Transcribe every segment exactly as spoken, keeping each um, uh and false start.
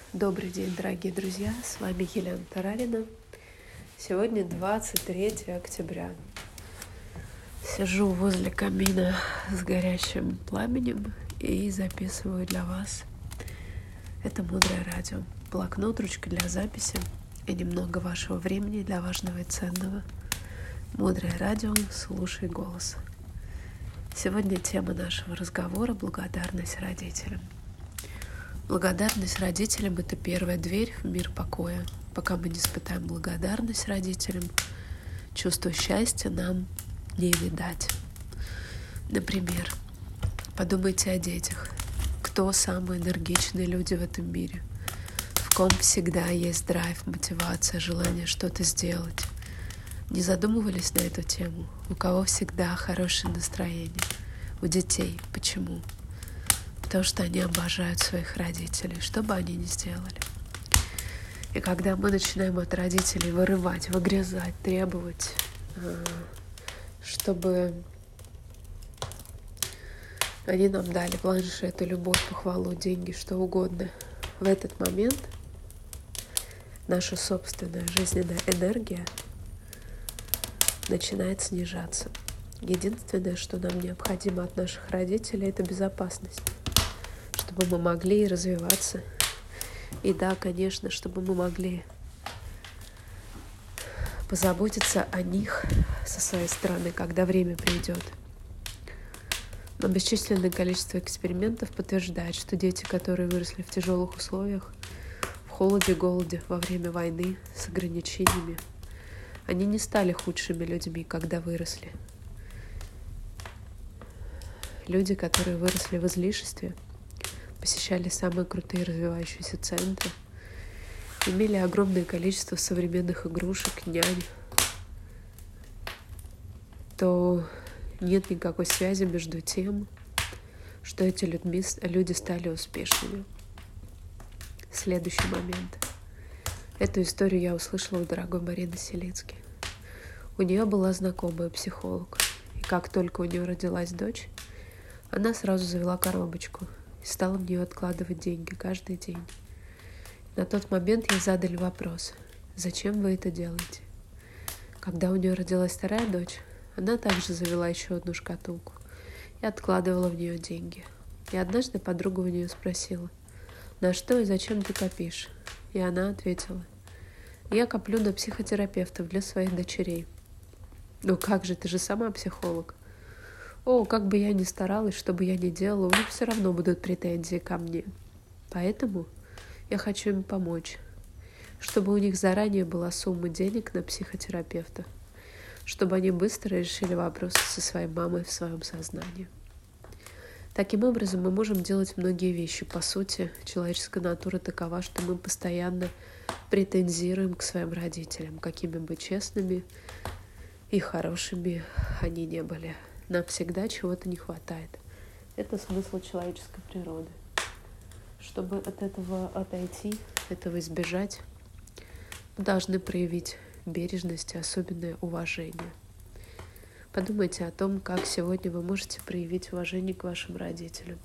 Добрый день, дорогие друзья, с вами Елена Тарарина. Сегодня двадцать третьего октября. Сижу возле камина с горящим пламенем и записываю для вас это мудрое радио. Блокнот, ручка для записи и немного вашего времени для важного и ценного. Мудрое радио, слушай голос. Сегодня тема нашего разговора — благодарность родителям. Благодарность родителям — это первая дверь в мир покоя. Пока мы не испытаем благодарность родителям, чувство счастья нам не видать. Например, подумайте о детях. Кто самые энергичные люди в этом мире? В ком всегда есть драйв, мотивация, желание что-то сделать? Не задумывались на эту тему? У кого всегда хорошее настроение? У детей. Почему? Потому что они обожают своих родителей, что бы они ни сделали. И когда мы начинаем от родителей вырывать, выгрызать, требовать, чтобы они нам дали планшеты, любовь, похвалу, деньги, что угодно, в этот момент наша собственная жизненная энергия начинает снижаться. Единственное, что нам необходимо от наших родителей, это безопасность, чтобы мы могли развиваться. И да, конечно, чтобы мы могли позаботиться о них со своей стороны, когда время придет. Но бесчисленное количество экспериментов подтверждает, что дети, которые выросли в тяжелых условиях, в холоде, голоде, во время войны, с ограничениями, они не стали худшими людьми, когда выросли. Люди, которые выросли в излишестве, посещали самые крутые развивающиеся центры, имели огромное количество современных игрушек, нянь, то нет никакой связи между тем, что эти людьми, люди стали успешными. Следующий момент. Эту историю я услышала у дорогой Марины Селицки. У нее была знакомая психолог, и как только у нее родилась дочь, она сразу завела коробочку и стала в нее откладывать деньги каждый день. На тот момент ей задали вопрос: зачем вы это делаете? Когда у нее родилась вторая дочь, она также завела еще одну шкатулку и откладывала в нее деньги. И однажды подруга у нее спросила: на что и зачем ты копишь? И она ответила: я коплю на психотерапевтов для своих дочерей. Ну как же, ты же сама психолог. О, как бы я ни старалась, что бы я ни делала, у них все равно будут претензии ко мне. Поэтому я хочу им помочь, чтобы у них заранее была сумма денег на психотерапевта, чтобы они быстро решили вопросы со своей мамой в своем сознании. Таким образом, мы можем делать многие вещи. По сути, человеческая натура такова, что мы постоянно претензируем к своим родителям, какими бы честными и хорошими они не были. Нам всегда чего-то не хватает. Это смысл человеческой природы. Чтобы от этого отойти, этого избежать, мы должны проявить бережность и особенное уважение. Подумайте о том, как сегодня вы можете проявить уважение к вашим родителям.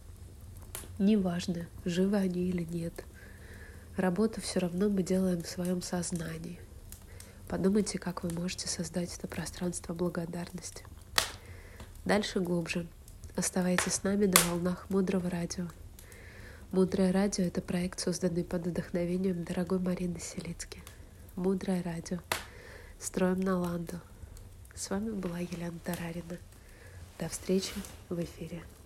Неважно, живы они или нет. Работу все равно мы делаем в своем сознании. Подумайте, как вы можете создать это пространство благодарности. Дальше глубже. Оставайтесь с нами на волнах Мудрого радио. Мудрое радио — это проект, созданный под вдохновением дорогой Марины Селицки. Мудрое радио. Строим на Ланду. С вами была Елена Тарарина. До встречи в эфире.